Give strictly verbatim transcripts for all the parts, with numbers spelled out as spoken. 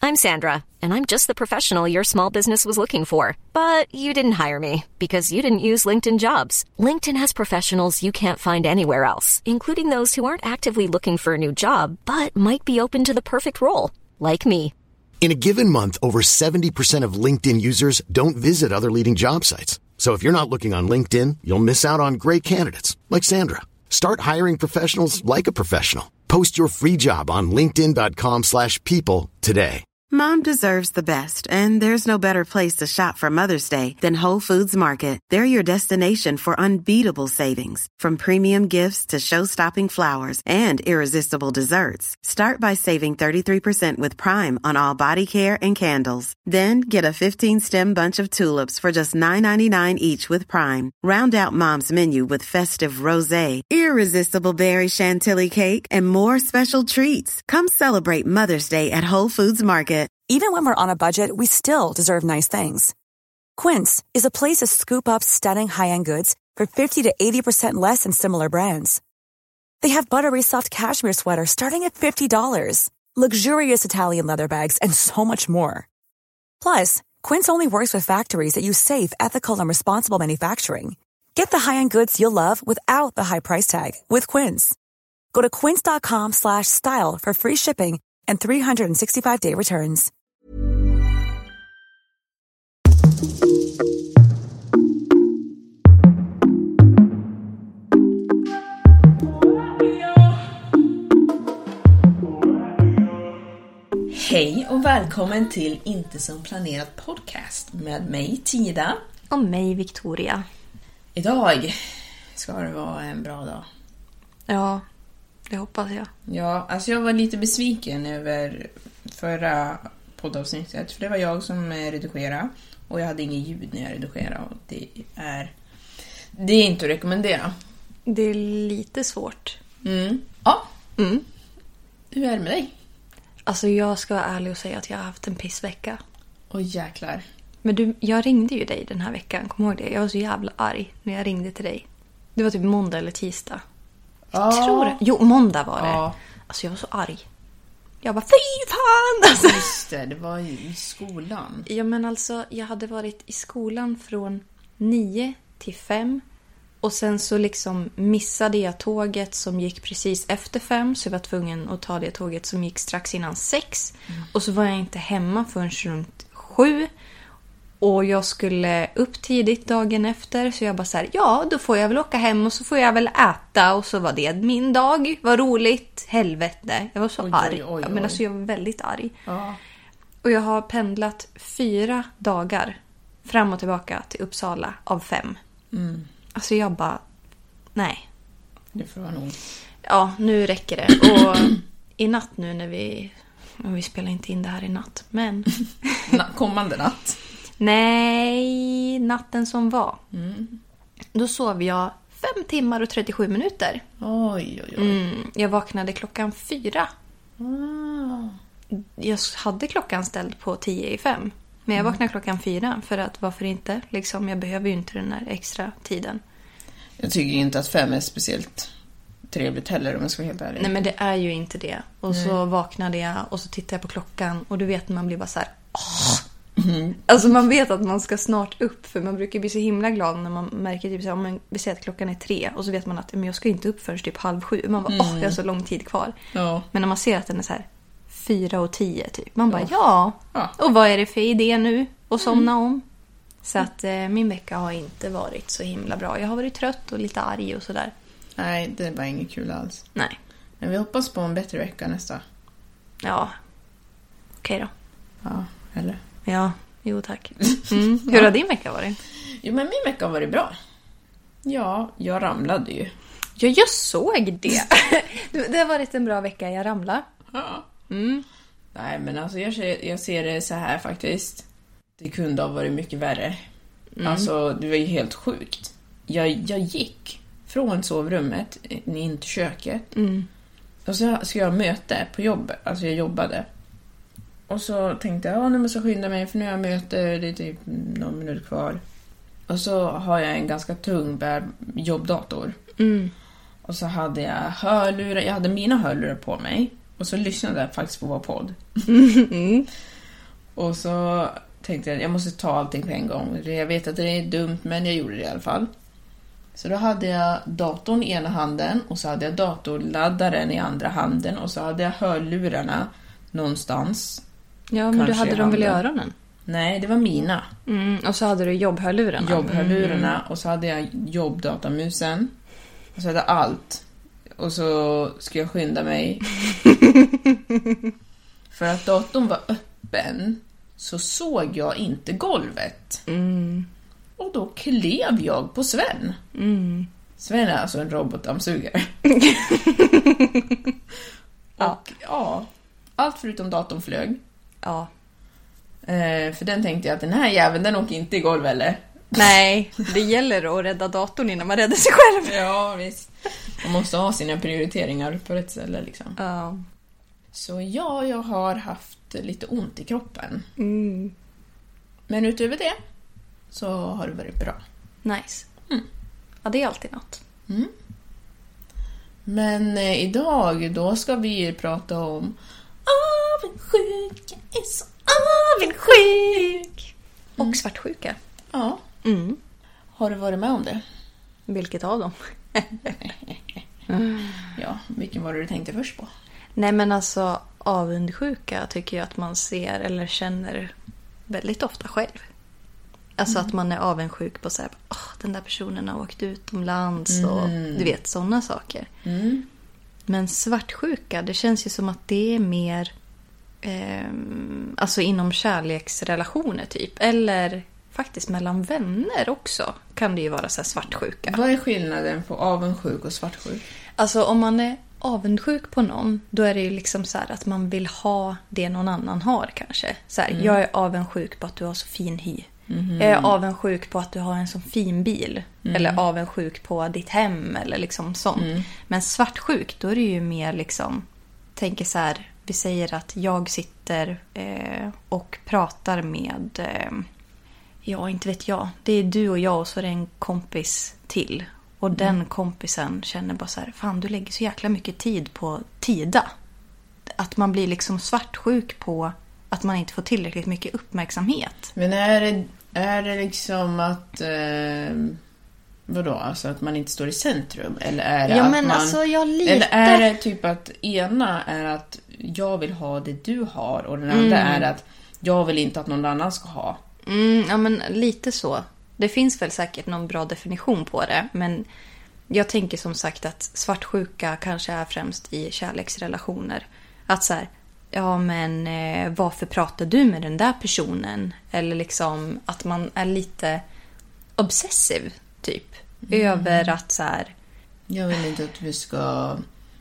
I'm Sandra, and I'm just the professional your small business was looking for. But you didn't hire me because you didn't use LinkedIn Jobs. LinkedIn has professionals you can't find anywhere else, including those who aren't actively looking for a new job, but might be open to the perfect role, like me. In a given month, over seventy percent of LinkedIn users don't visit other leading job sites. So if you're not looking on LinkedIn, you'll miss out on great candidates like Sandra. Start hiring professionals like a professional. Post your free job on linkedin dot com slash people today. Mom deserves the best, and there's no better place to shop for Mother's Day than Whole Foods Market. They're your destination for unbeatable savings, from premium gifts to show-stopping flowers and irresistible desserts. Start by saving thirty-three percent with Prime on all body care and candles. Then get a fifteen-stem bunch of tulips for just nine ninety-nine each with Prime. Round out Mom's menu with festive rosé, irresistible berry chantilly cake, and more special treats. Come celebrate Mother's Day at Whole Foods Market. Even when we're on a budget, we still deserve nice things. Quince is a place to scoop up stunning high-end goods for fifty to eighty percent less than similar brands. They have buttery soft cashmere sweaters starting at fifty dollars, luxurious Italian leather bags, and so much more. Plus, Quince only works with factories that use safe, ethical, and responsible manufacturing. Get the high-end goods you'll love without the high price tag with Quince. Go to quince dot com slash style for free shipping and three sixty-five day returns. Hej och välkommen till Inte som planerat podcast med mig Tida och mig Victoria. Idag ska det vara en bra dag. Ja, det hoppas jag. Ja, alltså jag var lite besviken över förra poddavsnittet, för det var jag som redigerade och jag hade ingen ljud när jag redigerade, och det är det är inte att rekommendera. Det är lite svårt. Mm. Ja. Mm. Hur är det med dig? Alltså jag ska vara ärlig och säga att jag har haft en pissvecka. Åh jäklar. Men du, jag ringde ju dig den här veckan, kom ihåg det? Jag var så jävla arg när jag ringde till dig. Det var typ måndag eller tisdag. Jag ja. tror det. Jo, måndag var det. Ja. Alltså jag var så arg. Jag bara, fy fan! Alltså. Just det, det var ju i skolan. Ja, men alltså jag hade varit i skolan från nio till fem. Och sen så liksom missade jag tåget som gick precis efter fem. Så jag var tvungen att ta det tåget som gick strax innan sex. Mm. Och så var jag inte hemma förrän runt sju. Och jag skulle upp tidigt dagen efter. Så jag bara så här, ja då får jag väl åka hem och så får jag väl äta. Och så var det min dag. Vad roligt. Helvete. Jag var så oj, arg. Oj, oj, oj. Men alltså jag var väldigt arg. Ja. Och jag har pendlat fyra dagar fram och tillbaka till Uppsala av fem. Mm. Alltså jag bara, nej. Det får vara nog. Ja, nu räcker det. Och i natt nu när vi, vi spelar inte in det här i natt, men kommande natt. Nej, natten som var. Mm. Då sov jag fem timmar och trettiosju minuter. Oj, oj, oj. Mm, jag vaknade klockan fyra. Ah. Jag hade klockan ställd på tio i fem. Men jag vaknade klockan fyra för att varför inte? Liksom, jag behöver ju inte den här extra tiden. Jag tycker inte att fem är speciellt trevligt heller om jag ska vara helt ärlig. Nej, men det är ju inte det. Och Nej. så vaknade jag och så tittade jag på klockan och du vet man blir bara så här. Åh! Mm. Alltså man vet att man ska snart upp, för man brukar bli så himla glad när man märker typ så här, om man, vi säger att klockan är tre och så vet man att men jag ska inte upp förrän typ halv sju. Man bara, åh, mm. jag har så lång tid kvar. Ja. Men när man ser att den är så här fyra och tio typ, man bara, ja. ja. ja. Och vad är det för idé nu? Och somna mm. om. Så att eh, min vecka har inte varit så himla bra. Jag har varit trött och lite arg och sådär. Nej, det är bara inget kul alls. Nej. Men vi hoppas på en bättre vecka nästa. Ja. Okej då. Ja, eller? Ja, jo tack. Mm. Hur har din vecka varit? Jo, men min vecka har varit bra. Ja, jag ramlade ju. Ja, jag såg det. Det har varit en bra vecka, jag ramlade. Ja. Mm. Nej, men alltså jag ser, jag ser det så här faktiskt. Det kunde ha varit mycket värre. Mm. Alltså, det var ju helt sjukt. Jag, jag gick från sovrummet in till köket. Mm. Och så ska jag möte på jobbet. Alltså jag jobbade. Och så tänkte jag, ja nu måste jag skynda mig för nu har jag möte, det är typ någon minut kvar. Och så har jag en ganska tung bär jobbdator. Mm. Och så hade jag hörlurar, jag hade mina hörlurar på mig. Och så lyssnade jag faktiskt på vår podd. Mm. Och så tänkte jag, jag måste ta allting på en gång. Jag vet att det är dumt, men jag gjorde det i alla fall. Så då hade jag datorn i ena handen och så hade jag datorladdaren i andra handen och så hade jag hörlurarna någonstans. Ja, men du hade dem väl i öronen? Nej, det var mina. Mm, och så hade du jobbhörlurarna. Jobbhörlurarna mm. och så hade jag jobbdatamusen. Och så hade jag allt. Och så skulle jag skynda mig. För att datorn var öppen så såg jag inte golvet. Mm. Och då klev jag på Sven. Mm. Sven är alltså en robotdammsugare. Ja. Och ja, allt förutom datorn flög. Ja. Eh, för den tänkte jag att den här jäveln, den åker inte i golv eller? Nej, det gäller att rädda datorn innan man räddar sig själv. Ja, visst. Man måste ha sina prioriteringar på rätt ställe liksom. Ja. Så ja, jag har haft lite ont i kroppen. Mm. Men utöver det så har det varit bra. Nice. Mm. Ja, det är alltid något. Mm. Men eh, idag då ska vi prata om avundsjuka. Jag är så avundsjuk. Och svartsjuka. Ja. Mm. Har du varit med om det? Vilket av dem? Ja, vilken var det du tänkte först på? Nej, men alltså avundsjuka tycker jag att man ser eller känner väldigt ofta själv. Alltså mm. att man är avundsjuk på så här, oh, den där personen har åkt utomlands mm. och du vet, sådana saker. Mm. Men svartsjuka, det känns ju som att det är mer eh, alltså inom kärleksrelationer typ. Eller faktiskt mellan vänner också kan det ju vara så här svartsjuka. Vad är skillnaden på avundsjuk och svartsjuk? Alltså om man är avundsjuk på någon, då är det ju liksom så här att man vill ha det någon annan har kanske. Så här, mm. jag är avundsjuk på att du har så fin hy. Mm. Jag är avundsjuk på att du har en så fin bil. Mm. Eller avundsjuk på ditt hem eller liksom sånt. Mm. Men svartsjuk, då är det ju mer liksom, tänker så här, vi säger att jag sitter eh, och pratar med eh, ja, inte vet jag. Det är du och jag och så är det en kompis till. Och mm. den kompisen känner bara så här, fan du lägger så jäkla mycket tid på Tida. Att man blir liksom svartsjuk på att man inte får tillräckligt mycket uppmärksamhet. Men är det, är det liksom att eh, vadå? Alltså att man inte står i centrum? Eller är det ja, att men man, alltså jag lite... Eller är det typ att ena är att jag vill ha det du har och den andra mm. är att jag vill inte att någon annan ska ha? Mm, ja, men lite så. Det finns väl säkert någon bra definition på det. Men jag tänker som sagt att svartsjuka kanske är främst i kärleksrelationer. Att så här, ja men eh, varför pratar du med den där personen? Eller liksom att man är lite obsessiv typ. Mm. Över att så här... Jag vill inte att vi ska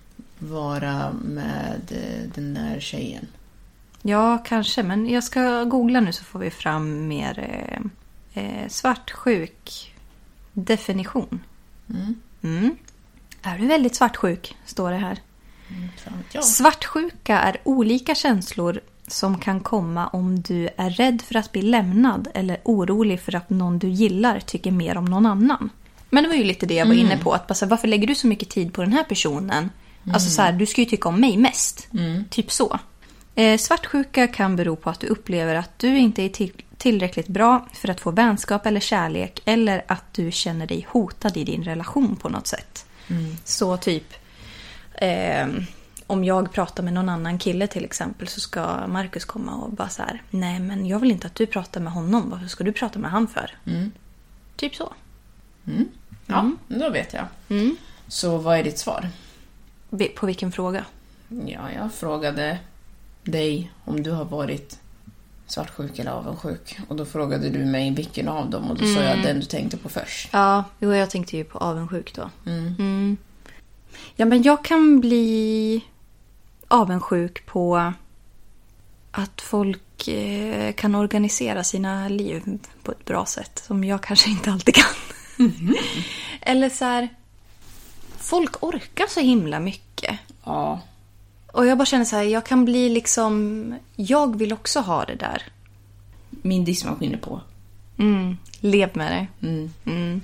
vara med den där tjejen. Ja, kanske. Men jag ska googla nu så får vi fram mer eh, eh, svartsjuk definition. Mm. Mm. Är du väldigt svartsjuk, står det här. Mm, ja. Svartsjuka är olika känslor som kan komma om du är rädd för att bli lämnad eller orolig för att någon du gillar tycker mer om någon annan. Men det var ju lite det jag var mm. inne på. Att bara, varför lägger du så mycket tid på den här personen? Mm. Alltså så här, du ska ju tycka om mig mest. Mm. Typ så. Eh, svartsjuka kan bero på att du upplever att du inte är till- tillräckligt bra för att få vänskap eller kärlek. Eller att du känner dig hotad i din relation på något sätt. Mm. Så typ... Eh, om jag pratar med någon annan kille till exempel så ska Marcus komma och bara så här: nej men jag vill inte att du pratar med honom. Varför ska du prata med han för? Mm. Typ så. Mm. Ja, mm. då vet jag. Mm. Så vad är ditt svar? På vilken fråga? Ja, jag frågade dig om du har varit svartsjuk eller avundsjuk. Och då frågade du mig vilken av dem. Och då mm. sa jag den du tänkte på först. Ja, jo, jag tänkte ju på avundsjuk då. Mm. Mm. Ja, men jag kan bli avundsjuk på att folk eh, kan organisera sina liv på ett bra sätt som jag kanske inte alltid kan. Mm. Eller så här, folk orkar så himla mycket. Ja. Och jag bara känner så här, jag kan bli liksom, jag vill också ha det där. Min diskmaskin är på. Mm, lev med det. Mm. Mm.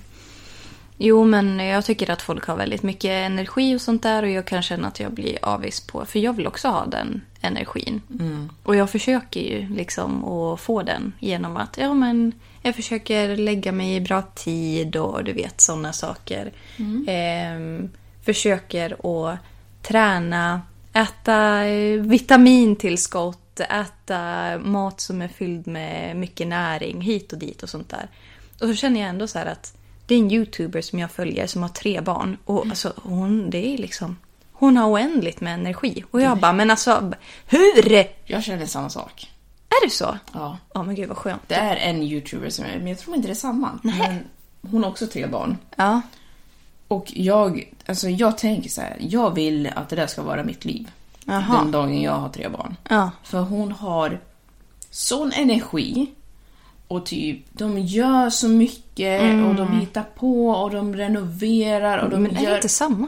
Jo, men jag tycker att folk har väldigt mycket energi och sånt där. Och jag kan känna att jag blir avis på. För jag vill också ha den energin. Mm. Och jag försöker ju liksom att få den genom att ja, men jag försöker lägga mig i bra tid och du vet sådana saker. Mm. Eh, försöker att träna, äta vitamintillskott, äta mat som är fylld med mycket näring hit och dit och sånt där. Och så känner jag ändå så här att det är en YouTuber som jag följer som har tre barn. Och mm. alltså hon, det är liksom... Hon har oändligt med energi. Och jag bara, men alltså, hur? Jag känner samma sak. Är det så? Ja. Ja, men gud vad skönt. Det är en YouTuber som är, men jag tror inte det är samma. Nej. Men hon har också tre barn. Ja. Och jag, alltså jag tänker så här, jag vill att det där ska vara mitt liv. Aha. Den dagen jag har tre barn. Ja. För hon har sån energi. Och typ, de gör så mycket. Mm. Och de hittar på. Och de renoverar. Och de men är gör... det inte samma?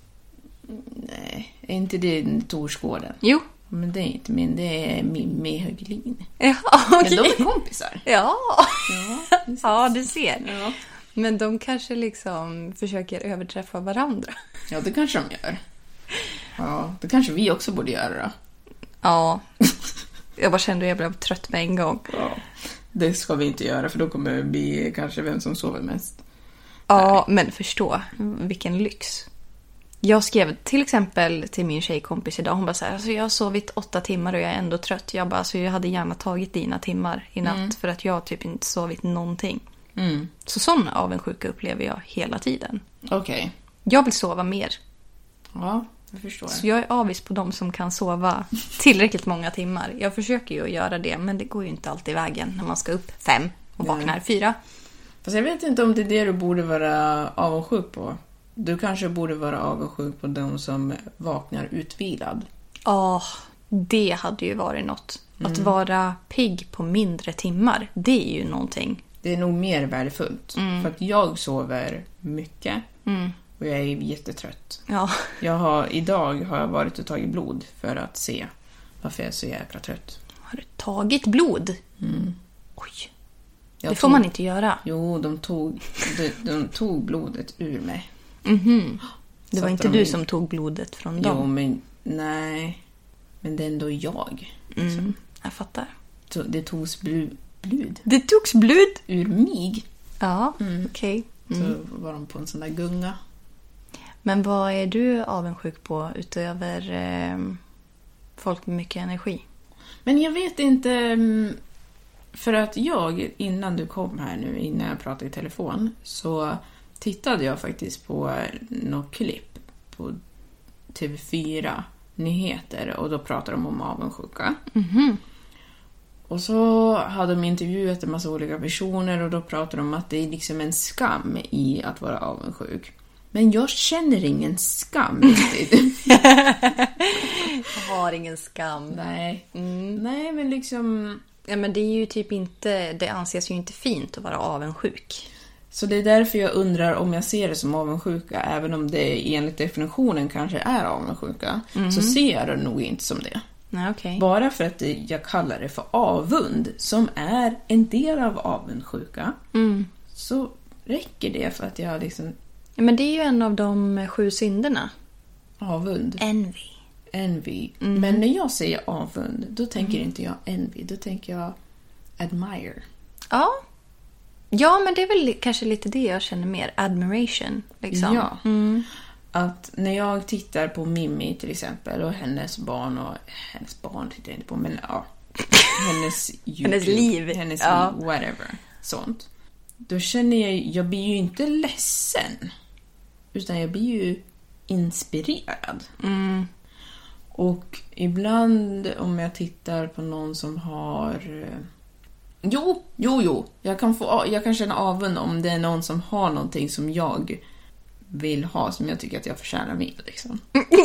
Nej, är inte det Torsgården? Jo. Men det är inte min, det är Mimmi Höglin. Ja, okej. Men de är kompisar. Ja. Ja, Ja, du ser. Ja. Men de kanske liksom försöker överträffa varandra. Ja, det kanske de gör. Ja, det kanske vi också borde göra då. Ja. Jag bara kände att jag blev trött med en gång. Ja. Det ska vi inte göra, för då kommer det bli kanske vem som sover mest. Ja, men förstå vilken lyx. Jag skrev till exempel till min tjejkompis idag. Hon bara så här, alltså jag har sovit åtta timmar och jag är ändå trött. Jag bara, alltså jag hade gärna tagit dina timmar i natt. Mm. För att jag typ inte sovit någonting. Mm. Så sån avundsjuka upplever jag hela tiden. Okej. Okay. Jag vill sova mer. Ja, jag förstår. Så jag är avis på dem som kan sova tillräckligt många timmar. Jag försöker ju att göra det, men det går ju inte alltid i vägen när man ska upp fem och vaknar mm. fyra. Fast jag vet inte om det är det du borde vara avundsjuk på. Du kanske borde vara avundsjuk på de som vaknar utvilad. Ja, oh, det hade ju varit något. Mm. Att vara pigg på mindre timmar, det är ju någonting. Det är nog mer värdefullt. Mm. För att jag sover mycket. Mm. Och jag är jättetrött. Ja. Jag har, idag har jag varit och tagit blod för att se varför jag är så jäkla trött. Har du tagit blod? Mm. Oj. Jag det får tog, man inte göra. Jo, de tog, de, de tog blodet ur mig. Mm-hmm. Det var inte de, du som tog blodet från dem? Jo, men nej. Men det är ändå jag. Mm, liksom. Jag fattar. Det togs blod. blod. Det togs blod? Ur mig. Ja, mm. okej. Okay. Mm. Så var de på en sån där gunga. Men vad är du avundsjuk på utöver eh, folk med mycket energi? Men jag vet inte... För att jag, innan du kom här nu, innan jag pratade i telefon, så tittade jag faktiskt på något klipp på T V fyra Nyheter, och då pratade de om avundsjuka. Mm-hmm. Och så hade de intervjuat en massa olika personer, och då pratade de om att det är liksom en skam i att vara avundsjuk. Men jag känner ingen skam riktigt. Jag har ingen skam. Nej. Mm. Nej, men liksom... Ja, men det är ju typ inte... Det anses ju inte fint att vara avundsjuk. Så det är därför jag undrar om jag ser det som avundsjuka. Även om det enligt definitionen kanske är avundsjuka. Mm. Så ser jag det nog inte som det. Nej, okay. Bara för att det, jag kallar det för avund, som är en del av avundsjuka. Mm. Så räcker det för att jag liksom... Ja, men det är ju en av de sju synderna. Avund. Envy. Envy. Mm. Men när jag säger avund, då tänker mm. inte jag envy. Då tänker jag admire. Ja. Ja, men det är väl kanske lite det jag känner mer. Admiration. Liksom. Ja. Mm. Att när jag tittar på Mimmi till exempel, och hennes barn, och hennes barn tittar jag inte på, men ja. Hennes YouTube, hennes liv. Hennes ja. liv, whatever. Sånt. Då känner jag, jag blir ju inte ledsen. Utan jag blir ju inspirerad. Mm. Och ibland om jag tittar på någon som har... Jo, jo, jo. Jag kan, få, jag kan känna avund om det är någon som har någonting som jag vill ha, som jag tycker att jag förtjänar med. Liksom.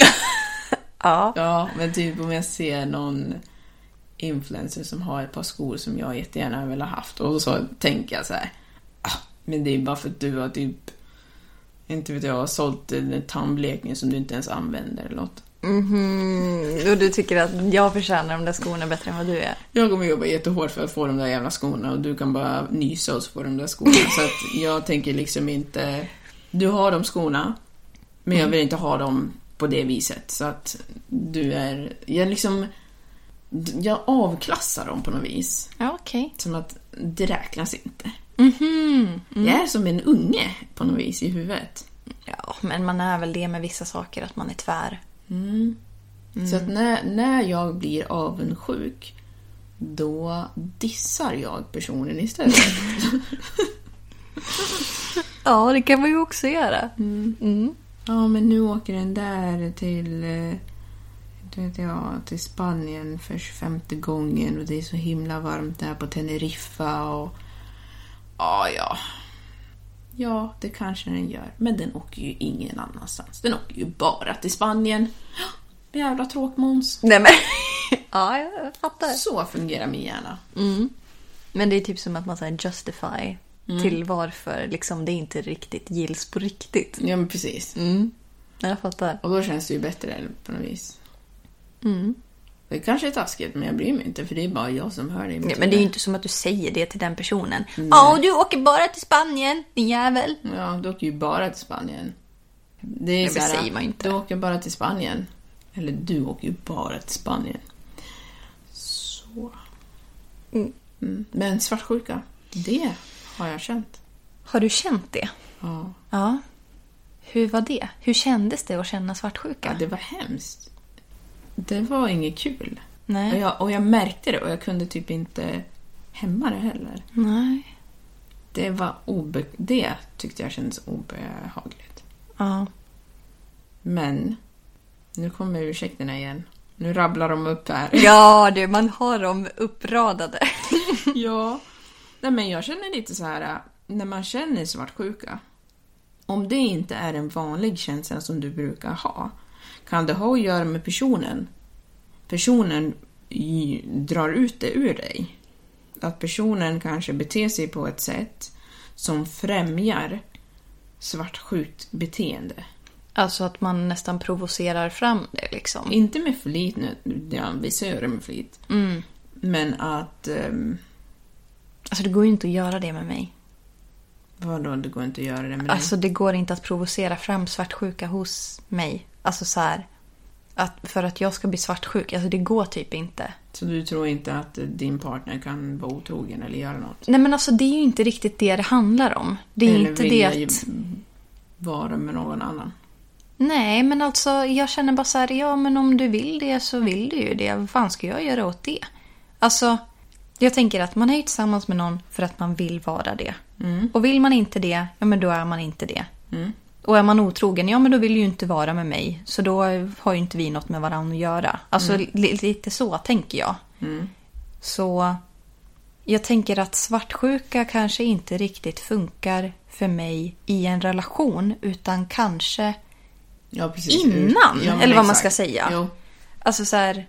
Ja. Ja, men typ om jag ser någon influencer som har ett par skor som jag jättegärna vill ha haft. Och så tänker jag så här... Ah, men det är bara för att du har typ... Inte vet jag, har sålt en tandblekning som du inte ens använder eller något. Mm-hmm. Och du tycker att jag förtjänar de där skorna bättre än vad du är? Jag kommer jobba jättehårt för att få de där jävla skorna, och du kan bara nysa och få de där skorna. Så att jag tänker liksom inte... Du har de skorna, men jag vill inte ha dem på det viset. Så att du är... Jag liksom... Jag avklassar dem på något vis. Ja, okej. Okay. Som att det räknas inte. Mm-hmm. Mm. Jag är som en unge på något vis i huvudet. Ja, men man är väl det med vissa saker, att man är tvär. Mm. Mm. Så att när, när jag blir avundsjuk, då dissar jag personen istället. Ja, det kan man ju också göra. Mm. Mm. Ja, men nu åker den där till, vet jag, till Spanien för tjugofemte gången och det är så himla varmt där på Teneriffa och ja, ja. Ja, det kanske den gör. Men den åker ju ingen annanstans. Den åker ju bara till Spanien. Jävla tråkmåns. Nej, men ja, jag fattar. Så fungerar min hjärna. Mm. Men det är typ som att man säger justify mm. till varför liksom det inte riktigt gills på riktigt. Ja, men precis. Mm. Jag fattar. Och då känns det ju bättre på något vis. Mm. Det kanske är taskigt, men jag bryr mig inte, för det är bara jag som hör det. Ja, men det är ju inte som att du säger det till den personen. Ja, oh, du åker bara till Spanien, din jävel. Ja, du åker ju bara till Spanien. Det är ja, så här, säger man inte. Du åker bara till Spanien. Eller du åker ju bara till Spanien. Så. Mm. Mm. Men svartsjuka, det har jag känt. Har du känt det? Ja. Ja. Hur var det? Hur kändes det att känna svartsjuka? Ja, det var hemskt. Det var inget kul. Nej. Och jag, och jag märkte det och jag kunde typ inte hämma det heller. Nej. Det var obe... Det tyckte jag kändes obehagligt. Ja. Men nu kommer ursäkterna igen. Nu rabblar de upp här. Ja, det, man har dem uppradade. Ja. Nej, men jag känner lite så här, när man känner svartsjuka, om det inte är en vanlig känsla som du brukar ha, kan det ha att göra med personen. Personen i, drar ut det ur dig. Att personen kanske beter sig på ett sätt som främjar svartsjukt beteende. Alltså att man nästan provocerar fram det liksom. Inte med flit nu, ja, vissa gör det med flit. Mm. Men att... Um, alltså det går ju inte att göra det med mig. Vadå, det går inte att göra det med dig? Alltså det går inte att provocera fram svartsjuka hos mig. Alltså så här, att för att jag ska bli svartsjuk, alltså det går typ inte. Så du tror inte att din partner kan vara otrogen eller göra något? Nej, men alltså det är ju inte riktigt det det handlar om. Det är eller inte det att... vara med någon annan? Nej, men alltså jag känner bara så här, ja men om du vill det så vill du ju det. Vad fan ska jag göra åt det? Alltså, jag tänker att man är ju tillsammans med någon för att man vill vara det. Mm. Och vill man inte det, ja men då är man inte det. Mm. Och är man otrogen, ja men då vill ju inte vara med mig. Så då har ju inte vi något med varandra att göra. Alltså mm. lite så tänker jag. Mm. Så jag tänker att svartsjuka kanske inte riktigt funkar för mig i en relation. Utan kanske ja, precis. innan. Ja, eller vad exakt. Man ska säga. Jo. Alltså så här,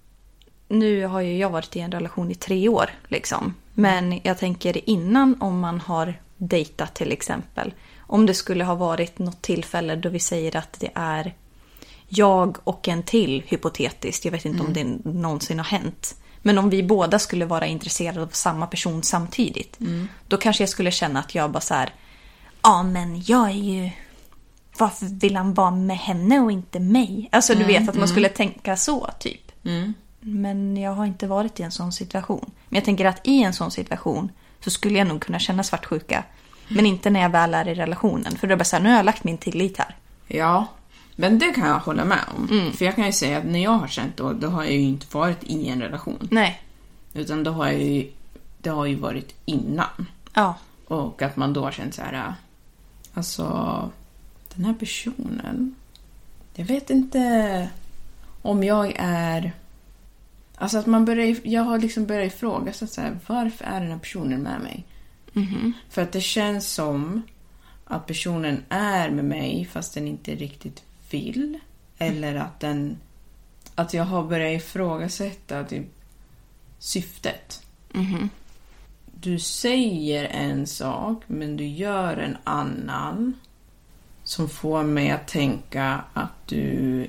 nu har ju jag varit i en relation i tre år liksom. Men jag tänker innan, om man har dejtat till exempel. Om det skulle ha varit något tillfälle då vi säger att det är jag och en till, hypotetiskt. Jag vet inte mm. om det någonsin har hänt. Men om vi båda skulle vara intresserade av samma person samtidigt. Mm. Då kanske jag skulle känna att jag bara så här, ja men jag är ju... Varför vill han vara med henne och inte mig? Alltså mm, du vet att man mm. skulle tänka så typ. Mm. Men jag har inte varit i en sån situation. Men jag tänker att i en sån situation så skulle jag nog kunna känna svartsjuka. Men inte när jag väl är i relationen. För då är det bara så här, nu har jag lagt min tillit här. Ja, men det kan jag hålla med om. Mm. För jag kan ju säga att när jag har känt då, då har jag ju inte varit i en relation. Nej. Utan då har jag ju, det har ju varit innan. Ja. Och att man då har känt så här, alltså den här personen, jag vet inte om jag är, alltså att man börjar, jag har liksom börjat fråga så här, varför är den här personen med mig? Mm-hmm. För att det känns som att personen är med mig fast den inte riktigt vill. Eller att den, att jag har börjat ifrågasätta typ syftet. Mm-hmm. Du säger en sak men du gör en annan som får mig att tänka att du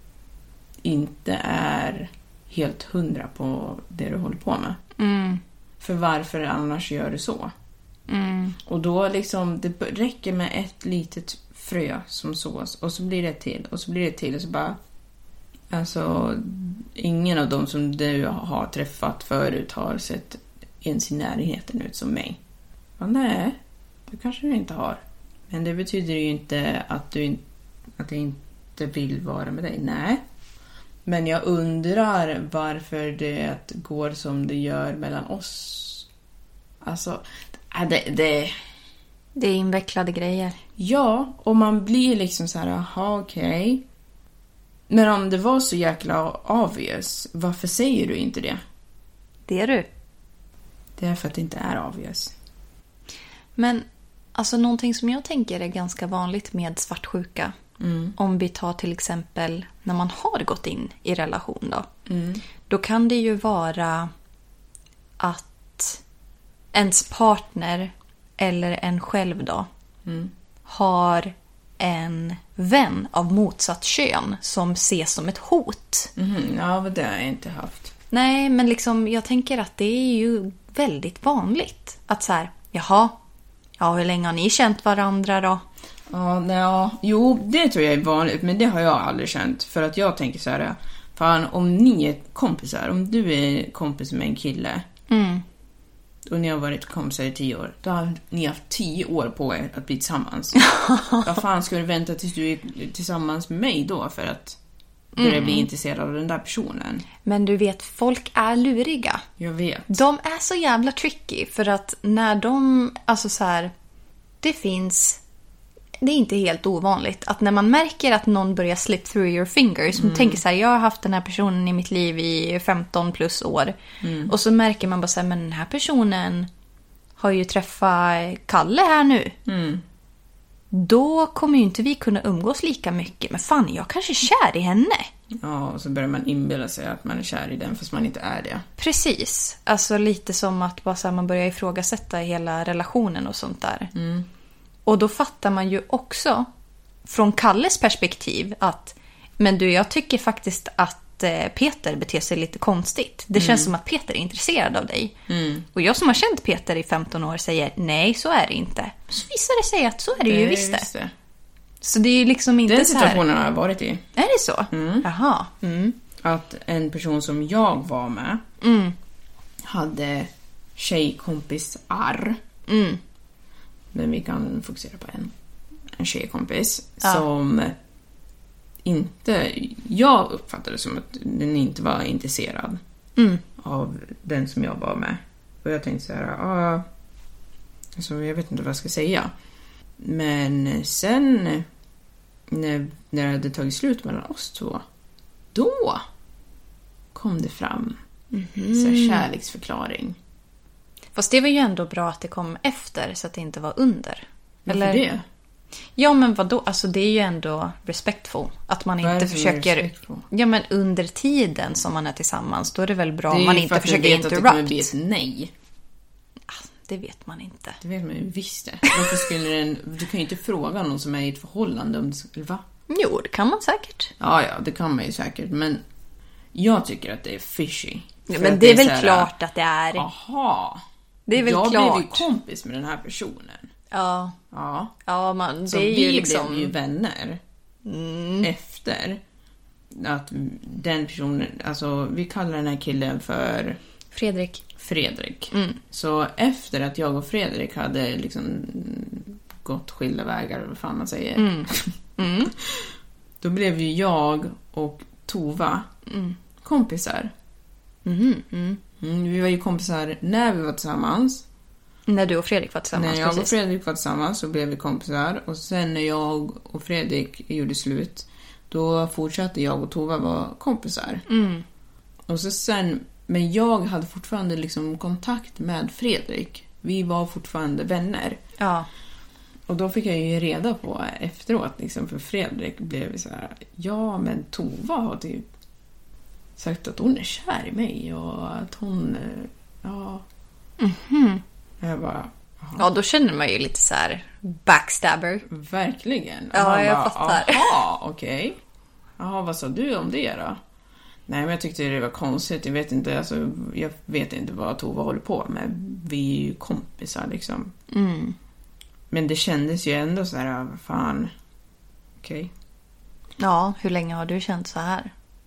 inte är helt hundra på det du håller på med. Mm. För varför annars gör du så? Mm. Och då liksom, det räcker med ett litet frö som sås och så blir det till och så blir det till och så bara, Alltså, ingen av dem som du har träffat förut har sett ens i närheten ut som mig. Ja, nej, det kanske du inte har. Men det betyder ju inte att du att jag inte vill vara med dig. Nej. Men jag undrar varför det går som det gör mellan oss. Alltså, det... Det, det är invecklade grejer. Ja, och man blir liksom så här, aha, okej. Okay. Men om det var så jäkla obvious, varför säger du inte det? Det är du. Det är för att det inte är obvious. Men alltså någonting som jag tänker är ganska vanligt med svartsjuka. Mm. Om vi tar till exempel när man har gått in i relation då. Mm. Då kan det ju vara att ens partner eller en själv då mm. har en vän av motsatt kön som ses som ett hot. Mm. Ja, men det har jag inte haft. Nej, men liksom jag tänker att det är ju väldigt vanligt. Att så här, jaha, ja, hur länge har ni känt varandra då? Ja, nej, jo, det tror jag är vanligt, men det har jag aldrig känt. För att jag tänker så här, fan, om ni är kompisar, om du är kompis med en kille mm. och ni har varit kompisar i tio år, då har ni haft tio år på er att bli tillsammans. Vad fan ska du vänta tills du är tillsammans med mig då för att börja mm. bli intresserad av den där personen? Men du vet, folk är luriga. Jag vet. De är så jävla tricky för att när de, alltså så här, det finns... Det är inte helt ovanligt att när man märker att någon börjar slip through your fingers, mm. man tänker så här, jag har haft den här personen i mitt liv i femton plus år mm. och så märker man bara så här, men den här personen har ju träffat Kalle här nu. Mm. Då kommer ju inte vi kunna umgås lika mycket, men fan, jag kanske är kär i henne. Ja, och så börjar man inbilla sig att man är kär i den fast man inte är det. Precis, alltså lite som att bara så här, man börjar ifrågasätta hela relationen och sånt där. Mm. Och då fattar man ju också från Kalles perspektiv att men du, jag tycker faktiskt att eh, Peter beter sig lite konstigt. Det mm. känns som att Peter är intresserad av dig. Mm. Och jag som har känt Peter i femton år säger nej, så är det inte. Så visar det sig att så är det, det ju visst det. Så det är ju liksom inte den så här... situationen har jag varit i. Är det så? Mm. Jaha. Mm. Att en person som jag var med mm. hade tjejkompisar. Mm. Men vi kan fokusera på en, en tjejkompis ja. som inte... Jag uppfattade som att den inte var intresserad mm. av den som jag var med. Och jag tänkte så här, ah, alltså jag vet inte vad jag ska säga. Men sen när, när det hade tagit slut mellan oss två, då kom det fram mm-hmm. så här kärleksförklaring. Fast det var ju ändå bra att det kom efter så att det inte var under. Varför eller det? Ja, men vadå? Alltså det är ju ändå respectful. Att man inte försöker... Respectful? Ja, men under tiden som man är tillsammans, då är det väl bra om man inte försöker interrupt. Det är för att du vet att det kommer bli ett nej. Det vet man inte. Det vet man ju visst det. Varför skulle den... Du kan ju inte fråga någon som är i ett förhållande om det skulle vara. Jo, det kan man säkert. Ja, ja, det kan man ju säkert. Men jag tycker att det är fishy. Ja, men det är, det är väl här, klart att det är. Aha. Det är väl jag klart. Jag blev ju kompis med den här personen. Ja. Ja. Ja, man, det så är vi ju liksom... blev ju vänner. Mm. Efter att den personen... Alltså, vi kallar den här killen för... Fredrik. Fredrik. Mm. Så efter att jag och Fredrik hade liksom gått skilda vägar, vad fan man säger. Mm. Mm. Då blev ju jag och Tova mm. kompisar. Mm. Mm. Mm, vi var ju kompisar när vi var tillsammans. När du och Fredrik var tillsammans. När jag precis. och Fredrik var tillsammans så blev vi kompisar. Och sen när jag och Fredrik gjorde slut, då fortsatte jag och Tova vara kompisar. Mm. Och så sen, men jag hade fortfarande liksom kontakt med Fredrik. Vi var fortfarande vänner. Ja. Och då fick jag ju reda på efteråt liksom, för Fredrik blev så här, ja men Tova har typ sagt att hon är kär i mig och att hon, ja. Mhm. Jag bara, aha. Ja, då känner man ju lite så här backstabber. Verkligen. Och ja, jag bara, fattar. Jaha, okej. Okay. Jaha, vad sa du om det då? Nej, men jag tyckte det var konstigt. Jag vet inte, alltså, jag vet inte vad Tova håller på med. Vi är ju kompisar liksom. Mm. Men det kändes ju ändå så här, fan, okej. Okay. Ja, hur länge har du känt så här?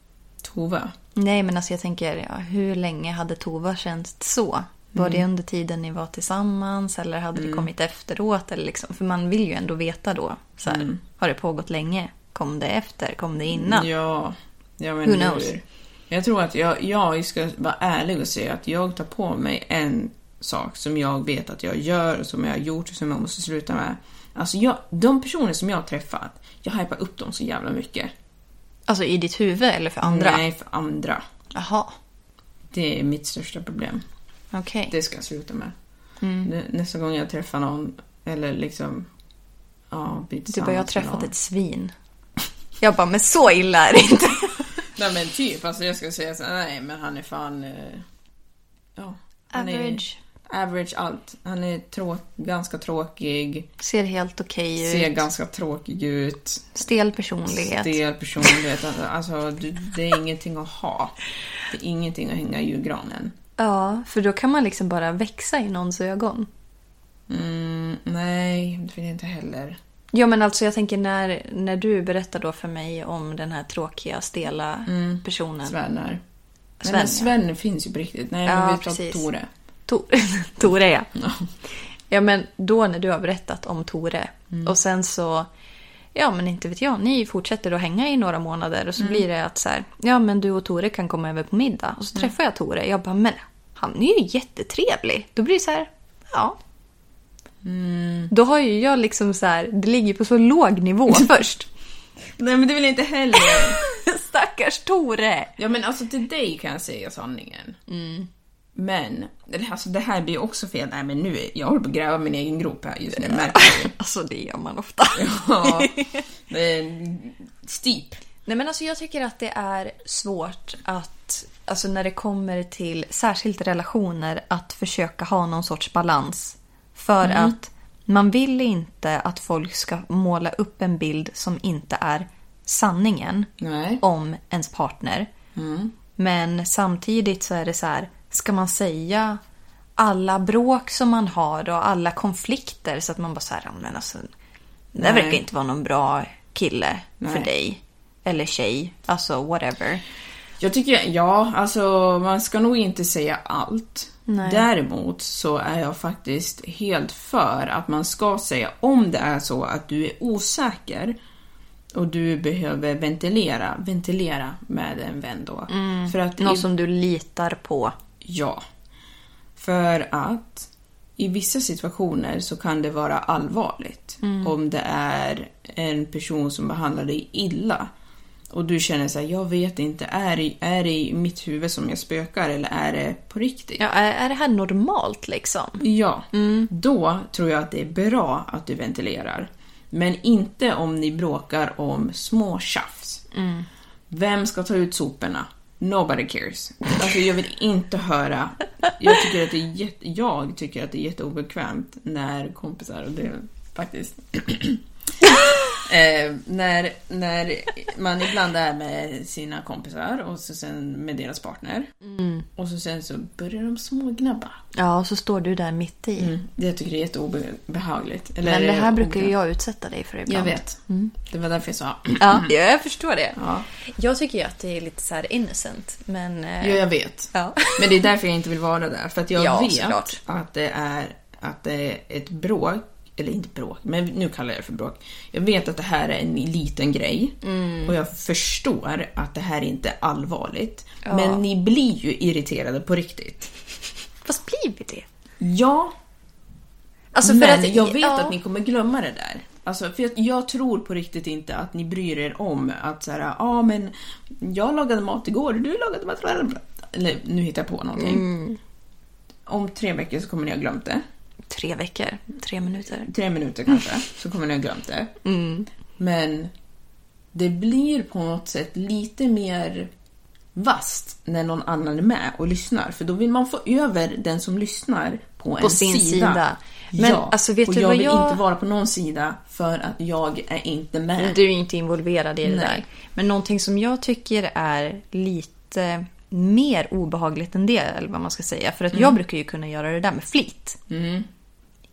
Tova. Nej, men alltså jag tänker, ja, hur länge hade Tova känt så? Var det under tiden ni var tillsammans eller hade det kommit efteråt? Eller liksom, för man vill ju ändå veta då. Så här, Mm. har det pågått länge? Kom det efter? Kom det innan? Ja, ja men Who knows? hur? Jag tror att jag, jag ska vara ärlig och säga att jag tar på mig en sak som jag vet att jag gör och som jag har gjort och som jag måste sluta med. Alltså jag, de personer som jag har träffat, jag hypar upp dem så jävla mycket. Alltså i ditt huvud eller för andra? Nej, för andra. Jaha, Det är mitt största problem. okej. Det ska jag sluta med. Mm. Nä- Nästa gång jag träffar någon eller liksom ja, blir Du tillsammans bara, jag har med träffat någon. ett svin. Jag bara, men så illa är det inte. Nej men typ, alltså jag ska säga så nej men han är fan eh, ja, han Average. är average allt. Han är trå- ganska tråkig, Ser helt okej ser ut. ganska tråkig ut, Stel personlighet. stel personlighet. Alltså du, det är ingenting att ha. Det är ingenting att hänga i julgranen. Ja, för då kan man liksom bara växa i någons ögon. Mm, nej, det vill jag inte heller. Ja, men alltså jag tänker när, när du berättar då för mig om den här tråkiga, stela personen. Sven är. Sven, Nej, men ja. Sven finns ju på riktigt. Nej, Ja, men vi pratar precis. Tore. Tore, Tore ja. Ja. Ja, men då när du har berättat om Tore och sen så, ja men inte vet jag, ni fortsätter att hänga i några månader och så blir det att så här, ja men du och Tore kan komma över på middag och så träffar jag Tore. Jag bara, men han är ju jättetrevlig. Då blir det så här, ja. Då har ju jag liksom så här, det ligger på så låg nivå först. Nej, men det vill jag inte heller. Stackars Tore. Ja, men alltså till dig kan jag säga sanningen. Men, alltså det här blir också fel. Nej, men nu, jag håller på att gräva min egen grop här just nu. Märker du? Alltså det gör man ofta. Ja, det är steep. Nej, men alltså jag tycker att det är svårt att, alltså när det kommer till särskilt relationer, att försöka ha någon sorts balans. För att man vill inte att folk ska måla upp en bild som inte är sanningen Nej. om ens partner. Men samtidigt så är det så här, ska man säga alla bråk som man har och alla konflikter så att man bara så här, men alltså, det Nej. verkar inte vara någon bra kille för Nej. dig. Eller tjej, alltså whatever. Jag tycker, ja, alltså man ska nog inte säga allt. Nej. Däremot så är jag faktiskt helt för att man ska säga om det är så att du är osäker och du behöver ventilera, ventilera med en vän då. För att Någon i, som du litar på. ja. För att i vissa situationer så kan det vara allvarligt. Om det är en person som behandlar dig illa. Och du känner så här, jag vet inte, är det, är det i mitt huvud som jag spökar eller är det på riktigt? Ja, är, är det här normalt liksom? Ja, då tror jag att det är bra att du ventilerar. Men inte om ni bråkar om små tjafs. Vem ska ta ut soporna? Nobody cares. Alltså jag vill inte höra. Jag tycker att det är jätte, jag tycker att det är jätteobekvämt när kompisar, och det är faktiskt eh, när, när man ibland är med sina kompisar och så sen med deras partner och så sen så börjar de smågnabba. Ja, och så står du där mitt i. Mm, det tycker jag är jätteobehagligt. Eller Men det här brukar ju obehagligt. jag utsätta dig för ibland. Jag vet. Det var därför jag sa. Ja, jag förstår det. Ja. Jag tycker ju att det är lite så här innocent, men... eh, Ja, jag vet. Ja. Men det är därför jag inte vill vara där. För att jag Ja, vet såklart. att det, är, att det är ett bråk. Eller inte bråk, men nu kallar jag det för bråk. Jag vet att det här är en liten grej. Och jag förstår att det här inte är allvarligt. Ja. Men ni blir ju irriterade på riktigt. Fast blir vi det? Ja, Alltså för men att, jag vet ja. att ni kommer glömma det där. Alltså, för att jag tror på riktigt inte att ni bryr er om att så här, ja ah, men jag lagade mat igår, du lagade mat. Eller nu hittar jag på någonting. Mm. Om tre veckor så kommer ni ha glömt det. Tre veckor, tre minuter. Tre minuter kanske, så kommer ni ha glömt det. Mm. Men det blir på något sätt lite mer vast när någon annan är med och lyssnar. För då vill man få över den som lyssnar på, På en sin sida. sida. Men, ja, alltså, vet och du jag vad vill jag- inte vara på någon sida för att jag är inte med. Du är inte involverad i det Nej. där. Men någonting som jag tycker är lite mer obehagligt än det, eller vad man ska säga. För att jag brukar ju kunna göra det där med flit.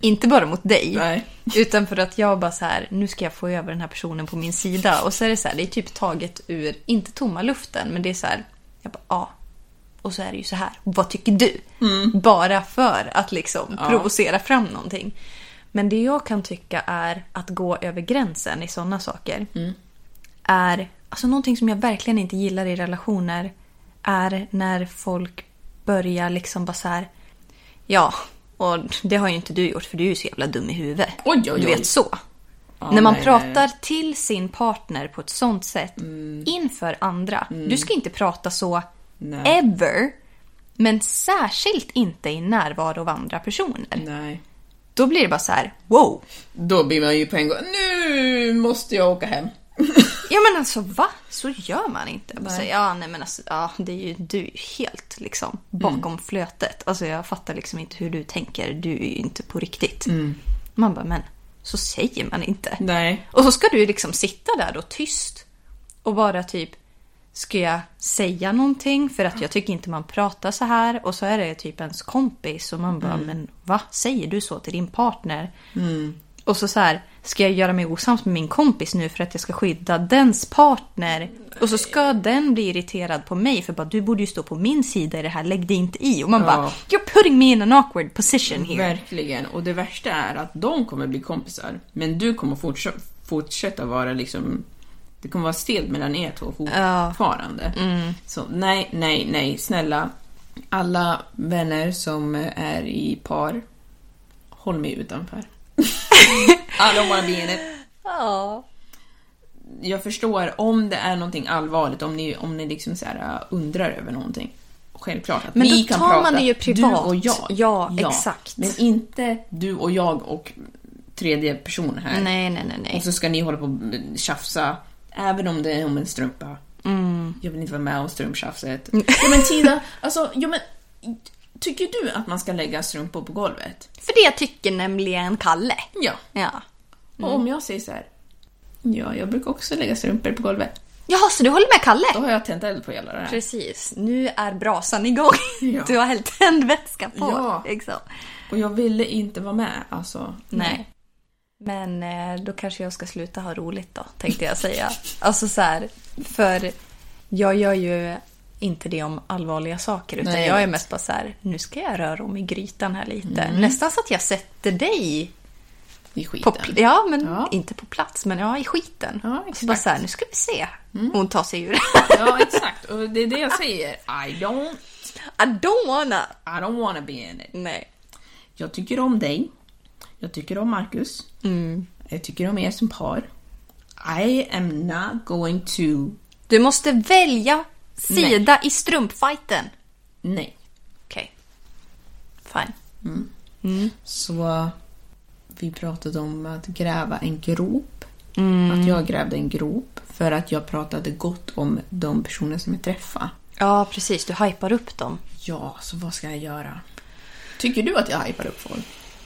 Inte bara mot dig. Nej. Utan för att jag bara så här, nu ska jag få över den här personen på min sida. Och så är det så här, det är typ taget ur, inte tomma luften, men det är så här, jag bara, ja. Och så är det ju så här, vad tycker du? Mm. Bara för att liksom ja. provocera fram någonting. Men det jag kan tycka är att gå över gränsen i sådana saker. Mm. Är, alltså någonting som jag verkligen inte gillar i relationer är när folk börjar liksom bara så här, ja, och det har ju inte du gjort för du är ju så jävla dum i huvudet. Oj, oj, oj. Du vet så. Ah, när man nej, pratar nej. till sin partner på ett sånt sätt mm. inför andra. Mm. Du ska inte prata så nej. ever, men särskilt inte i närvaro av andra personer. Nej. Då blir det bara så här, wow. Då blir man ju på en gång, nu måste jag åka hem. Ja men alltså va? Så gör man inte. Jag bara säger, ja nej men alltså, ja, det är ju, du är ju helt liksom bakom mm. flötet. Alltså jag fattar liksom inte hur du tänker. Du är ju inte på riktigt. Mm. Man bara, men så säger man inte. Nej. Och så ska du liksom sitta där då tyst och bara typ, ska jag säga någonting? För att jag tycker inte man pratar så här. Och så är det typ ens kompis och man bara, mm. men va? Säger du så till din partner? Mm. Och så så här, ska jag göra mig osams med min kompis nu för att jag ska skydda dens partner? Och så ska den bli irriterad på mig för bara, du borde ju stå på min sida i det här, lägg dig inte i. Och man ja. bara, you're putting me in an awkward position here. Verkligen, och det värsta är att de kommer bli kompisar, men du kommer fortsätta, fortsätta vara liksom, det kommer vara stelt mellan er två fortfarande. Ja. Mm. Så nej, nej, nej, snälla. Alla vänner som är i par, håll mig utanför. I don't wanna be in it. Ja. Jag förstår om det är någonting allvarligt, om ni, om ni liksom så här undrar över någonting. Självklart att men ni kan prata. Men då tar man det ju privat. Du och jag. Ja, ja, exakt. Men inte du och jag och tredje person här. Nej, nej, nej, nej. Och så ska ni hålla på och tjafsa, även om det är om en strumpa. Mm. Jag vill inte vara med om strumptjafset. Ja men Tina, alltså, ja men tycker du att man ska lägga strumpor på golvet? För det tycker nämligen Kalle. Ja. Ja. Mm. Och om jag säger så här, ja, jag brukar också lägga strumpor på golvet. Jaha, så du håller med Kalle? Då har jag tänt eld på hela det här. Precis. Nu är brasan igång. Ja. Du har hällt tändvätska på. Ja. Exakt. Och jag ville inte vara med, alltså. Nej. nej. Men eh, då kanske jag ska sluta ha roligt då, tänkte jag säga. Alltså så här, för jag gör ju inte det om allvarliga saker, utan nej, jag, jag är mest bara så här, nu ska jag röra om i grytan här lite. Mm. Nästan så att jag sätter dig i skiten. På, ja, men ja. inte på plats, men ja, i skiten. Ja, exakt. Så bara så här, nu ska vi se. Mm. Hon tar sig ur. Ja, exakt. Och det är det jag säger. I don't... I don't wanna. I don't wanna be in it. Nej. Jag tycker om dig. Jag tycker om Marcus. Mm. Jag tycker om er som par. I am not going to... Du måste välja sida nej. I strumpfighten. Nej. Okej. Okay. Fine. Mm. Mm. Så... Vi pratade om att gräva en grop. Mm. Att jag grävde en grop för att jag pratade gott om de personer som jag träffade. Ja, precis. Du hypar upp dem. Ja, så vad ska jag göra? Tycker du att jag hypar upp folk?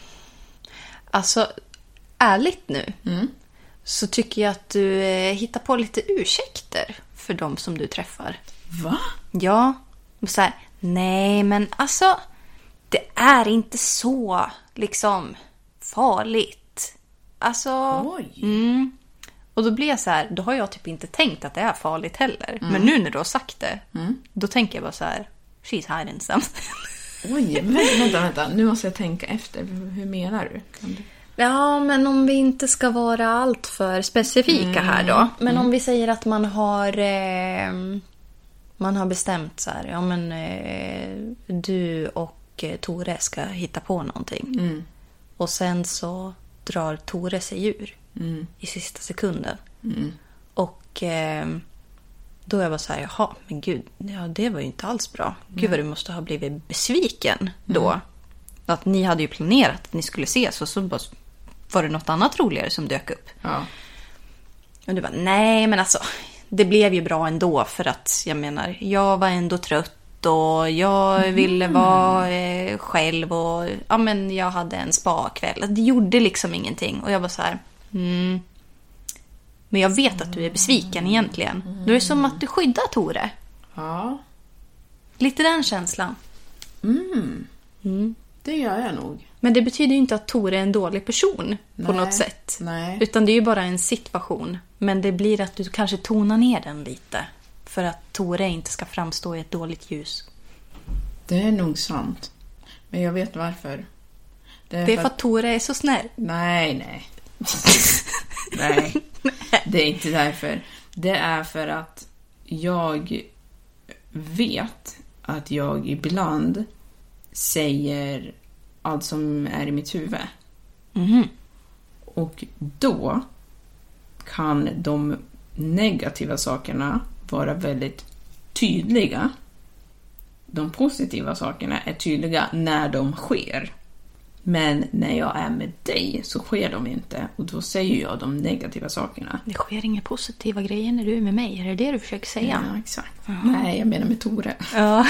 Alltså, ärligt nu mm. så tycker jag att du eh, hittar på lite ursäkter för dem som du träffar. Va? Ja. Så här, nej, men alltså det är inte så liksom... farligt. Alltså... Oj. Mm. Och då blir jag så här, då har jag typ inte tänkt att det är farligt heller. Mm. Men nu när du har sagt det, mm. då tänker jag bara så här, she's hiding something. Oj, vänta, vänta, vänta. Nu måste jag tänka efter. Hur menar du? Kan du... Ja, men om vi inte ska vara allt för specifika mm. här då. Men mm. om vi säger att man har... Eh, man har bestämt så här, ja men eh, du och eh, Tore ska hitta på någonting. Mm. Och sen så drar Tore sig ur mm. i sista sekunden. Mm. Och eh, då är jag bara så här, jaha, men gud, ja, det var ju inte alls bra. Gud mm. vad du måste ha blivit besviken då. Mm. Att ni hade ju planerat att ni skulle ses och så bara var det något annat roligare som dök upp. Ja. Och du bara, nej men alltså, det blev ju bra ändå för att, jag menar, jag var ändå trött. Och jag mm. ville vara eh, själv och ja, men jag hade en spa-kväll. Det gjorde liksom ingenting. Och jag var så här, mm. men jag vet att du är besviken egentligen. Mm. Det är som att du skyddar Tore. Ja. Lite den känslan. Mm. Mm. Det gör jag nog. Men det betyder ju inte att Tore är en dålig person Nej. på något sätt. Nej. Utan det är ju bara en situation. Men det blir att du kanske tonar ner den lite. För att Tore inte ska framstå i ett dåligt ljus. Det är nog sant. Men jag vet varför. Det är, det är för att... att Tore är så snäll. Nej, nej. Nej, det är inte därför. Det är för att jag vet att jag ibland säger allt som är i mitt huvud. Mm. Och då kan de negativa sakerna vara väldigt tydliga. De positiva sakerna är tydliga när de sker. Men när jag är med dig så sker de inte. Och då säger jag de negativa sakerna. Det sker inga positiva grejer när du är med mig. Är det det du försöker säga? Ja, exakt. Uh-huh. Nej, jag menar med Tore. Ja.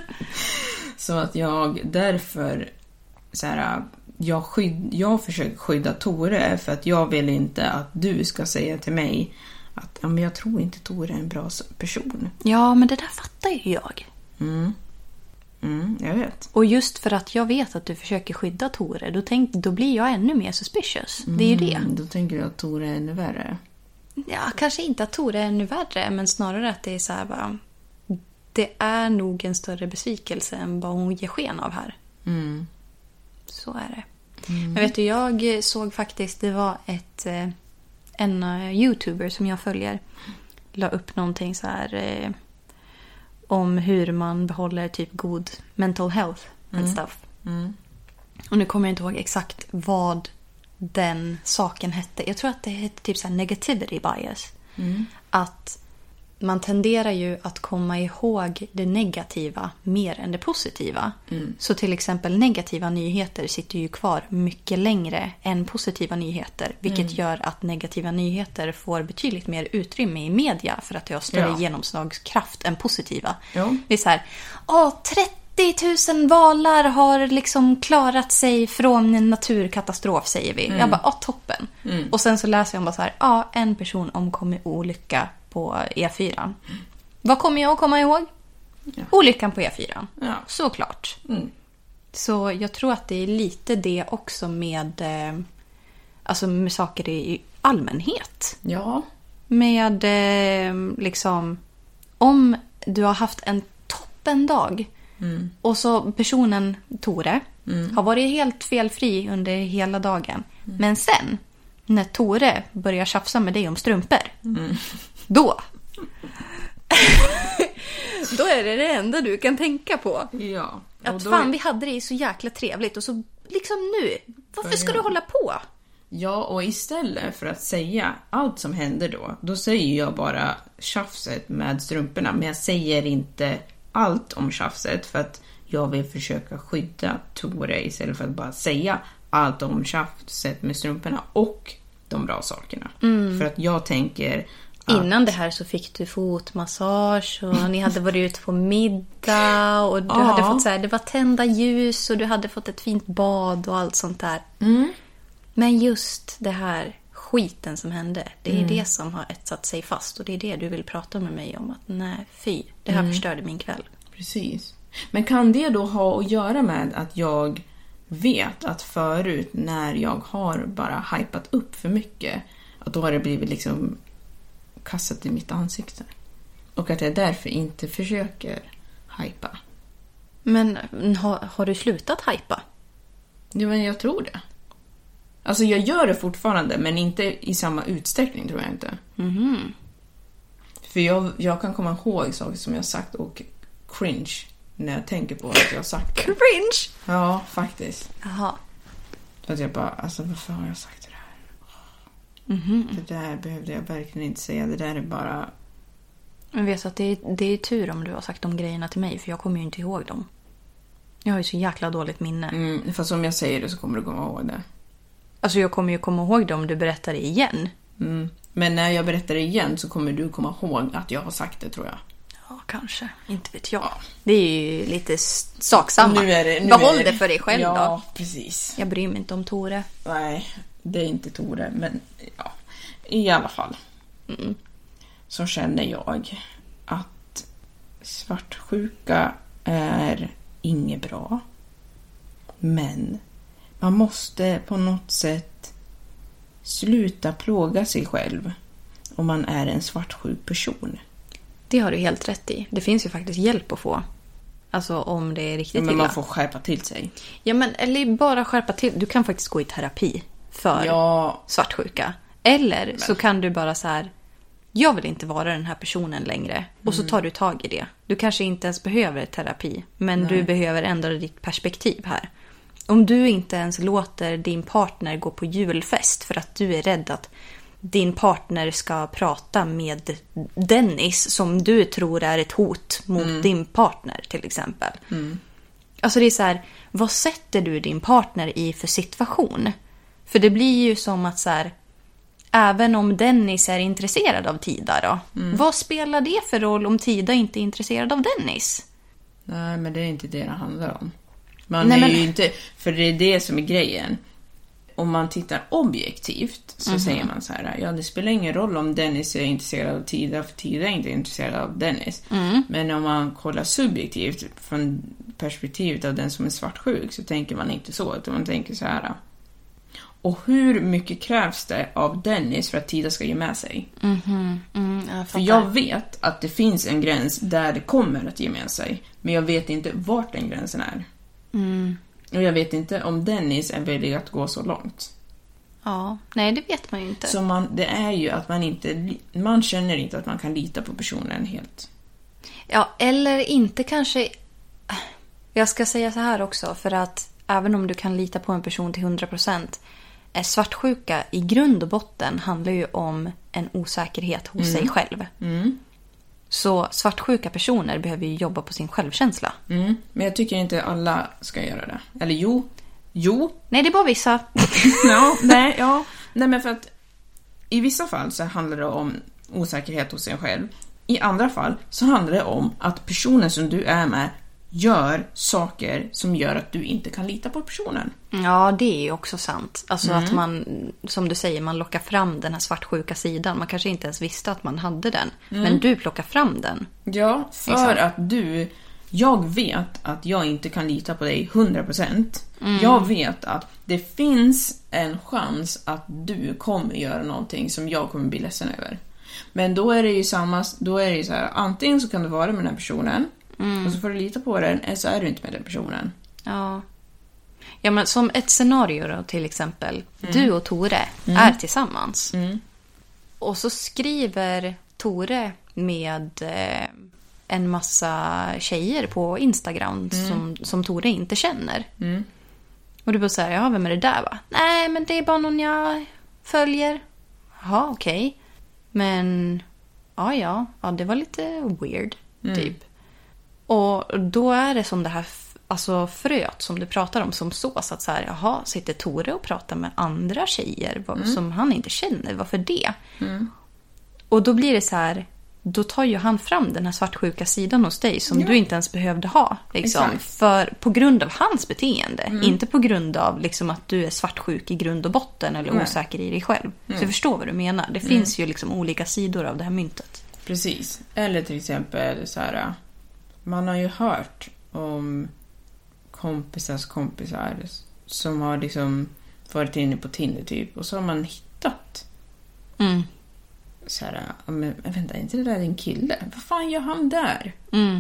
Så att jag därför så här, jag, skydd, jag försöker skydda Tore för att jag vill inte att du ska säga till mig att ja, men jag tror inte Tore är en bra person. Ja, men det där fattar ju jag. Mm. Mm, jag vet. Och just för att jag vet att du försöker skydda Tore, då, tänk, då blir jag ännu mer suspicious. Det är ju det. Mm, då tänker jag att Tore är ännu värre. Ja, kanske inte att Tore är ännu värre, men snarare att det är så här bara... Det är nog en större besvikelse än vad hon ger sken av här. Mm. Så är det. Mm. Men vet du, jag såg faktiskt, det var ett... En YouTuber som jag följer la upp någonting så här... Eh, om hur man behåller typ god mental health and mm. stuff. Mm. Och nu kommer jag inte ihåg exakt vad den saken hette. Jag tror att det hette typ så här negativity bias. Mm. Att man tenderar ju att komma ihåg det negativa mer än det positiva. Mm. Så till exempel negativa nyheter sitter ju kvar mycket längre än positiva nyheter. Vilket mm. gör att negativa nyheter får betydligt mer utrymme i media för att det har större ja. genomslagskraft än positiva. Jo. Det är så här, åh, trettio tusen valar har liksom klarat sig från en naturkatastrof, säger vi. Mm. Jag bara, åh, toppen. Mm. Och sen så läser jag bara så här, ja, en person omkom i olycka på E fyra. Mm. Vad kommer jag att komma ihåg? Ja. Olyckan på E fyra. Ja. Såklart. Mm. Så jag tror att det är lite det också med, eh, alltså med saker i allmänhet. Ja. Med eh, liksom, om du har haft en toppen dag mm. och så personen, Tore, mm. har varit helt felfri under hela dagen. Mm. Men sen, när Tore börjar tjafsa med dig om strumpor, mm. då då är det det enda du kan tänka på. Ja. Att fan, är... vi hade det så jäkla trevligt och så liksom nu, varför ska du hålla på? Ja, och istället för att säga allt som händer då, då säger jag bara tjafset med strumporna, men jag säger inte allt om tjafset för att jag vill försöka skydda Tore istället för att bara säga allt om tjafset med strumporna och de bra sakerna. Mm. För att jag tänker att... Innan det här så fick du fotmassage och ni hade varit ute på middag och du ja. hade fått så här, det var tända ljus och du hade fått ett fint bad och allt sånt där. Mm. Men just det här skiten som hände, det är mm. det som har etsat sig fast och det är det du vill prata med mig om, att nej, fy, det här mm. förstörde min kväll. Precis. Men kan det då ha att göra med att jag vet att förut när jag har bara hypat upp för mycket, att då har det blivit liksom kastat i mitt ansikte. Och att jag därför inte försöker hypa. Men har, har du slutat hypa? Ja, men jag tror det. Alltså jag gör det fortfarande, men inte i samma utsträckning, tror jag inte. Mm. För jag, jag kan komma ihåg saker som jag sagt och cringe när jag tänker på att jag har sagt det. Cringe? Ja, faktiskt. Jaha. Så att jag bara, alltså varför har jag sagt det här? Mm-hmm. Det där behövde jag verkligen inte säga. Det där är bara... Jag vet att det är, det är tur om du har sagt de grejerna till mig, för jag kommer ju inte ihåg dem. Jag har ju så jäkla dåligt minne. Mm, fast om jag säger det så kommer du komma ihåg det. Alltså jag kommer ju komma ihåg det om du berättar det igen. Mm. Men när jag berättar det igen så kommer du komma ihåg att jag har sagt det, tror jag. Ja, kanske. Inte vet jag. Ja. Det är ju lite saksamma. Nu är det, nu Behåll är det. det för dig själv ja, då. Ja, precis. Jag bryr mig inte om Tore. Nej, det är inte Tore. Men ja, i alla fall. Mm. Så känner jag att svartsjuka är inget bra. Men man måste på något sätt sluta plåga sig själv om man är en svartsjuk person. Det har du helt rätt i. Det finns ju faktiskt hjälp att få. Alltså om det är riktigt illa. Men man får skärpa till sig. Ja, men eller bara skärpa till. Du kan faktiskt gå i terapi för ja. svartsjuka. Eller men. så kan du bara så här, jag vill inte vara den här personen längre. Och så tar du tag i det. Du kanske inte ens behöver terapi. Men Nej. du behöver ändra ditt perspektiv här. Om du inte ens låter din partner gå på julfest för att du är rädd att din partner ska prata med Dennis som du tror är ett hot mot mm. din partner till exempel. Mm. Alltså det är så här, vad sätter du din partner i för situation? För det blir ju som att så här, även om Dennis är intresserad av Tida då, mm. vad spelar det för roll om Tida inte är intresserad av Dennis? Nej, men det är inte det det handlar om. Man Nej, är men... ju inte, för det är det som är grejen. Om man tittar objektivt så mm-hmm. säger man så här, ja det spelar ingen roll om Dennis är intresserad av Tida, för Tida är inte intresserad av Dennis. Mm. Men om man kollar subjektivt från perspektivet av den som är svartsjuk så tänker man inte så, utan man tänker så här. Och hur mycket krävs det av Dennis för att Tida ska ge med sig? Mm-hmm. Mm, jag för jag vet att det finns en gräns där det kommer att ge med sig, men jag vet inte vart den gränsen är. Mm. Och jag vet inte om Dennis är villig att gå så långt. Ja, nej det vet man ju inte. Så man, det är ju att man inte, man känner inte att man kan lita på personen helt. Ja, eller inte kanske. Jag ska säga så här också, för att även om du kan lita på en person till hundra procent, är svartsjuka i grund och botten handlar ju om en osäkerhet hos mm. sig själv. Mm. Så svartsjuka personer behöver ju jobba på sin självkänsla. Mm. Men jag tycker inte alla ska göra det. Eller jo, jo. Nej, det är bara vissa. ja, nej, ja. Nej, men för att i vissa fall så handlar det om osäkerhet hos sig själv. I andra fall så handlar det om att personen som du är med gör saker som gör att du inte kan lita på personen. Ja, det är ju också sant. Alltså Mm. att man, som du säger, man lockar fram den här svartsjuka sidan. Man kanske inte ens visste att man hade den. Mm. Men du plockar fram den. Ja, för Exakt. att du... Jag vet att jag inte kan lita på dig hundra procent. Mm. Jag vet att det finns en chans att du kommer göra någonting som jag kommer bli ledsen över. Men då är det ju samma... Då är det ju så här, antingen så kan du vara med den här personen. Mm. Och så får du lita på den, eller så är du inte med den personen. Ja. Ja, men som ett scenario då, till exempel. Mm. Du och Tore mm. är tillsammans. Mm. Och så skriver Tore med eh, en massa tjejer på Instagram mm. som, som Tore inte känner. Mm. Och du bara säger, ja, vem är det där va? Nej, men det är bara någon jag följer. Jaha, okej. Okay. Men, ja, ja, ja, det var lite weird, mm. typ. Och då är det som det här alltså fröet som du pratar om som sås. Att så här, jaha, sitter Tore och pratar med andra tjejer mm. som han inte känner. Varför det? Mm. Och då blir det så här, då tar ju han fram den här svartsjuka sidan hos dig som ja. du inte ens behövde ha. Liksom, för, på grund av hans beteende. Mm. Inte på grund av liksom, att du är svartsjuk i grund och botten eller Nej. osäker i dig själv. Mm. Så jag förstår vad du menar. Det mm. finns ju liksom olika sidor av det här myntet. Precis. Eller till exempel så här... Man har ju hört om kompisars kompisar som har liksom varit inne på Tinder typ. Och så har man hittat mm. så här, men vänta, är inte det där en kille? Vad fan gör han där? Mm.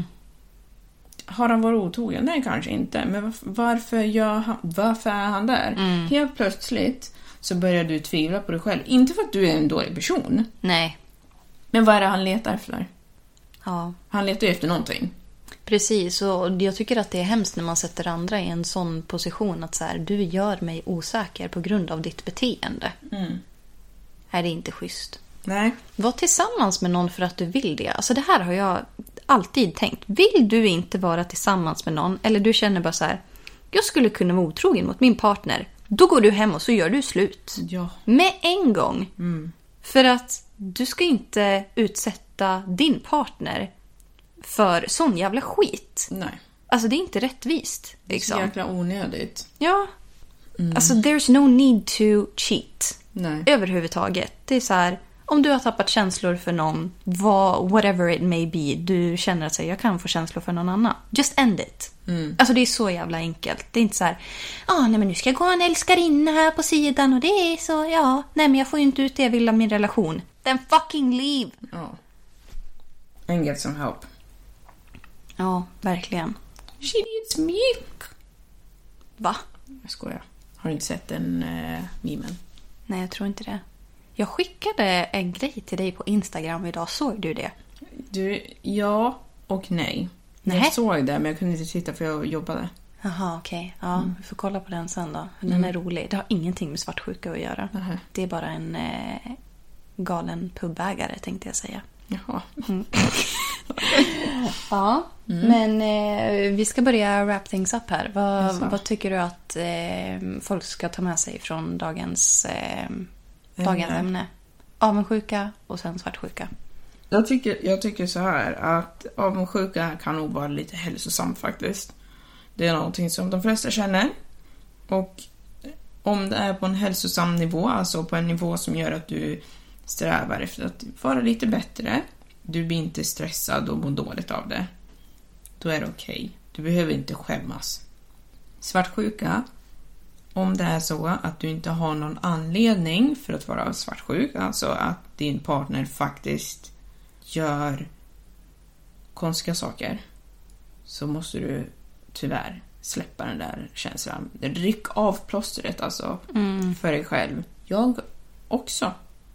Har han varit otrogen? Nej, kanske inte. Men varför, gör han, varför är han där? Mm. Helt plötsligt så börjar du tvivla på dig själv. Inte för att du är en dålig person. Nej. Men vad är det han letar efter? Ja. Han letar ju efter någonting. Precis, och jag tycker att det är hemskt när man sätter andra i en sån position att så här, du gör mig osäker på grund av ditt beteende. Mm. Är det inte schysst? Nej. Var tillsammans med någon för att du vill det. Alltså det här har jag alltid tänkt. Vill du inte vara tillsammans med någon eller du känner bara så här, jag skulle kunna vara otrogen mot min partner. Då går du hem och så gör du slut. Ja. Med en gång. Mm. För att du ska inte utsätta din partner för sån jävla skit. Nej. Alltså det är inte rättvist. Liksom. Det är så jäkla onödigt. Ja. Mm. Alltså there's no need to cheat. Nej. Överhuvudtaget. Det är så här, Om du har tappat känslor för någon, vad, whatever it may be, du känner att så, jag kan få känslor för någon annan. Just end it. Mm. Alltså det är så jävla enkelt. Det är inte så här, ah, nej men nu ska jag gå en älskarinna här på sidan och det är så, ja, nej men jag får ju inte ut det jag vill av min relation. Then fucking leave. Ja. And get some help. Ja, verkligen. She needs milk. Va? Jag skojar. Har du inte sett den uh, memen? Nej, jag tror inte det. Jag skickade en grej till dig på Instagram idag. Såg du det? Du, ja och nej. nej. Jag såg det, men jag kunde inte titta för jag jobbade. Jaha, okej. Okay. Ja, mm. vi får kolla på den sen då. Den mm. är rolig. Det har ingenting med svartsjuka att göra. Uh-huh. Det är bara en eh, galen pubägare, tänkte jag säga. Jaha. Mm. ja, mm. men eh, vi ska börja wrap things up här. Vad, vad tycker du att eh, folk ska ta med sig från dagens... Eh, Dagens ämne. ämne. Avundsjuka och sen svartsjuka. Jag tycker, jag tycker så här att avundsjuka kan nog vara lite hälsosamt faktiskt. Det är någonting som de flesta känner. Och om det är på en hälsosam nivå, alltså på en nivå som gör att du strävar efter att vara lite bättre. Du blir inte stressad och mår dåligt av det. Då är det okej. Okay. Du behöver inte skämmas. Svartsjuka. Om det är så att du inte har någon anledning för att vara svartsjuk, alltså att din partner faktiskt gör konstiga saker, så måste du tyvärr släppa den där känslan. Ryck av plåstret alltså mm. för dig själv. Jag också.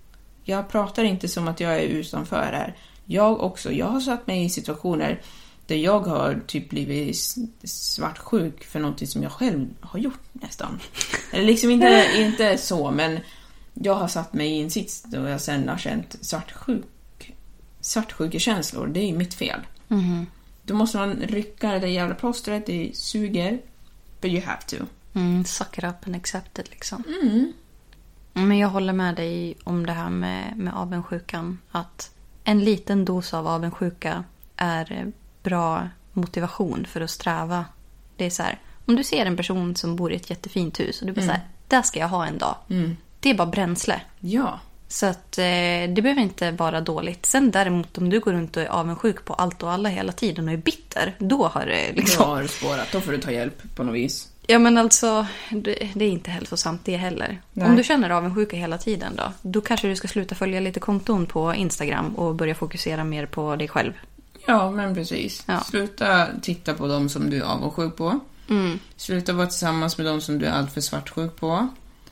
Jag pratar inte som att jag är utanför här. Jag också. Jag har satt mig i situationer där jag har typ blivit svartsjuk för någonting som jag själv har gjort nästan. Eller liksom inte, inte så, men jag har satt mig i en sits då jag sen har känt svartsjuk. Svartsjuka känslor, det är mitt fel. Mm. Då måste man rycka det där jävla plåstret, det suger. But you have to. Mm, suck it up and accept it liksom. Mm. Men jag håller med dig om det här med, med avundsjukan. Att en liten dos av avundsjuka är bra motivation för att sträva. Det är så här, om du ser en person som bor i ett jättefint hus och du bara mm. så här, där ska jag ha en dag. Mm. Det är bara bränsle. Ja. Så att eh, det behöver inte vara dåligt. Sen däremot om du går runt och är avundsjuk på allt och alla hela tiden och är bitter, då har det liksom... Då har det spårat, då får du ta hjälp på något vis. Ja men alltså, det, det är inte hälsosamt det heller. Nej. Om du känner avundsjuka hela tiden då, då kanske du ska sluta följa lite konton på Instagram och börja fokusera mer på dig själv. Ja, men precis. Ja. Sluta titta på dem som du är avundsjuk på. Mm. Sluta vara tillsammans med dem som du är alltför svartsjuk på.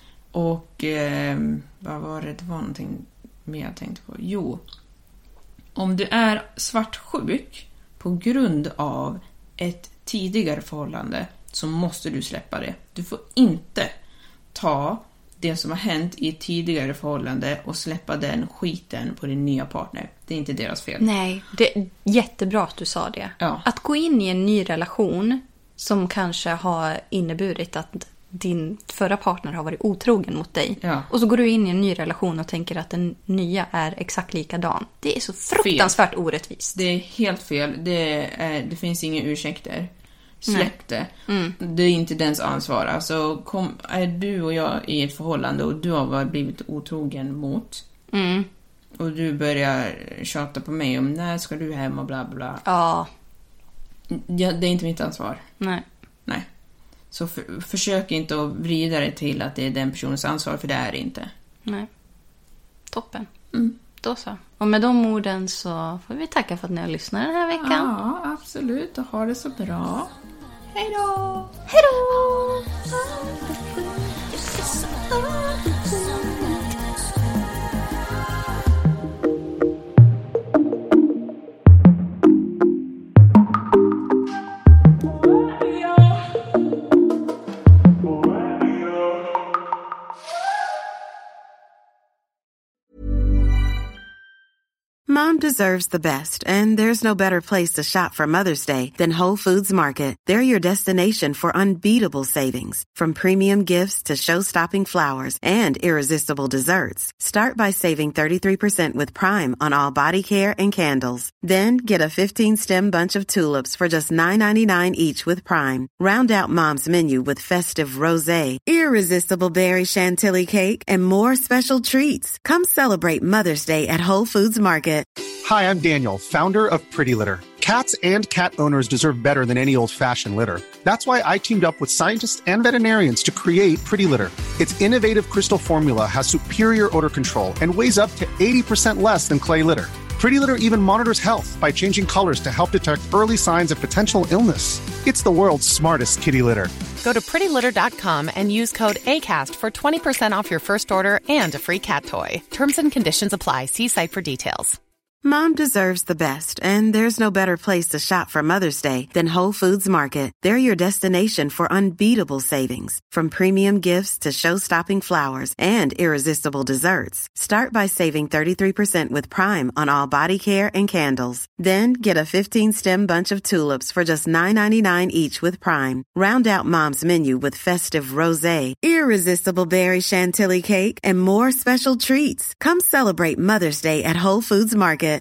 Och eh, vad var det? Det var någonting mer jag tänkte på. Jo, om du är svartsjuk på grund av ett tidigare förhållande, så måste du släppa det. Du får inte ta det som har hänt i ett tidigare förhållande och släppa den skiten på din nya partner. Det är inte deras fel. Nej, det är jättebra att du sa det. Ja. Att gå in i en ny relation som kanske har inneburit att din förra partner har varit otrogen mot dig. Ja. Och så går du in i en ny relation och tänker att den nya är exakt likadan. Det är så fruktansvärt fel. Orättvist. Det är helt fel. Det, är, det finns inga ursäkter. Släpp det. Mm. Det är inte dens ansvar. Alltså, kom, är du och jag i ett förhållande och du har blivit otrogen mot mm. och du börjar tjata på mig om när ska du hem och bla bla. Ja. Ja, det är inte mitt ansvar. Nej. Nej. Så för, försök inte att vrida det till att det är den personens ansvar, för det är det inte. Nej. Toppen. Mm. Då så. Och med de orden så får vi tacka för att ni har lyssnat den här veckan. Ja, absolut. Och ha det så bra. Hej då! Hej då! Mom deserves the best, and there's no better place to shop for Mother's Day than Whole Foods Market. They're your destination for unbeatable savings, from premium gifts to show-stopping flowers and irresistible desserts. Start by saving thirty-three percent with Prime on all body care and candles. Then get a fifteen-stem bunch of tulips for just nine ninety-nine each with Prime. Round out Mom's menu with festive rosé, irresistible berry chantilly cake, and more special treats. Come celebrate Mother's Day at Whole Foods Market. Hi, I'm Daniel, founder of Pretty Litter. Cats and cat owners deserve better than any old-fashioned litter. That's why I teamed up with scientists and veterinarians to create Pretty Litter. Its innovative crystal formula has superior odor control and weighs up to eighty percent less than clay litter. Pretty Litter even monitors health by changing colors to help detect early signs of potential illness. It's the world's smartest kitty litter. Go to pretty litter dot com and use code ACAST for twenty percent off your first order and a free cat toy. Terms and conditions apply. See site for details. Mom deserves the best, and there's no better place to shop for Mother's Day than Whole Foods Market. They're your destination for unbeatable savings, from premium gifts to show-stopping flowers and irresistible desserts. Start by saving thirty-three percent with Prime on all body care and candles. Then get a fifteen-stem bunch of tulips for just nine ninety-nine each with Prime. Round out Mom's menu with festive rosé, irresistible berry chantilly cake, and more special treats. Come celebrate Mother's Day at Whole Foods Market.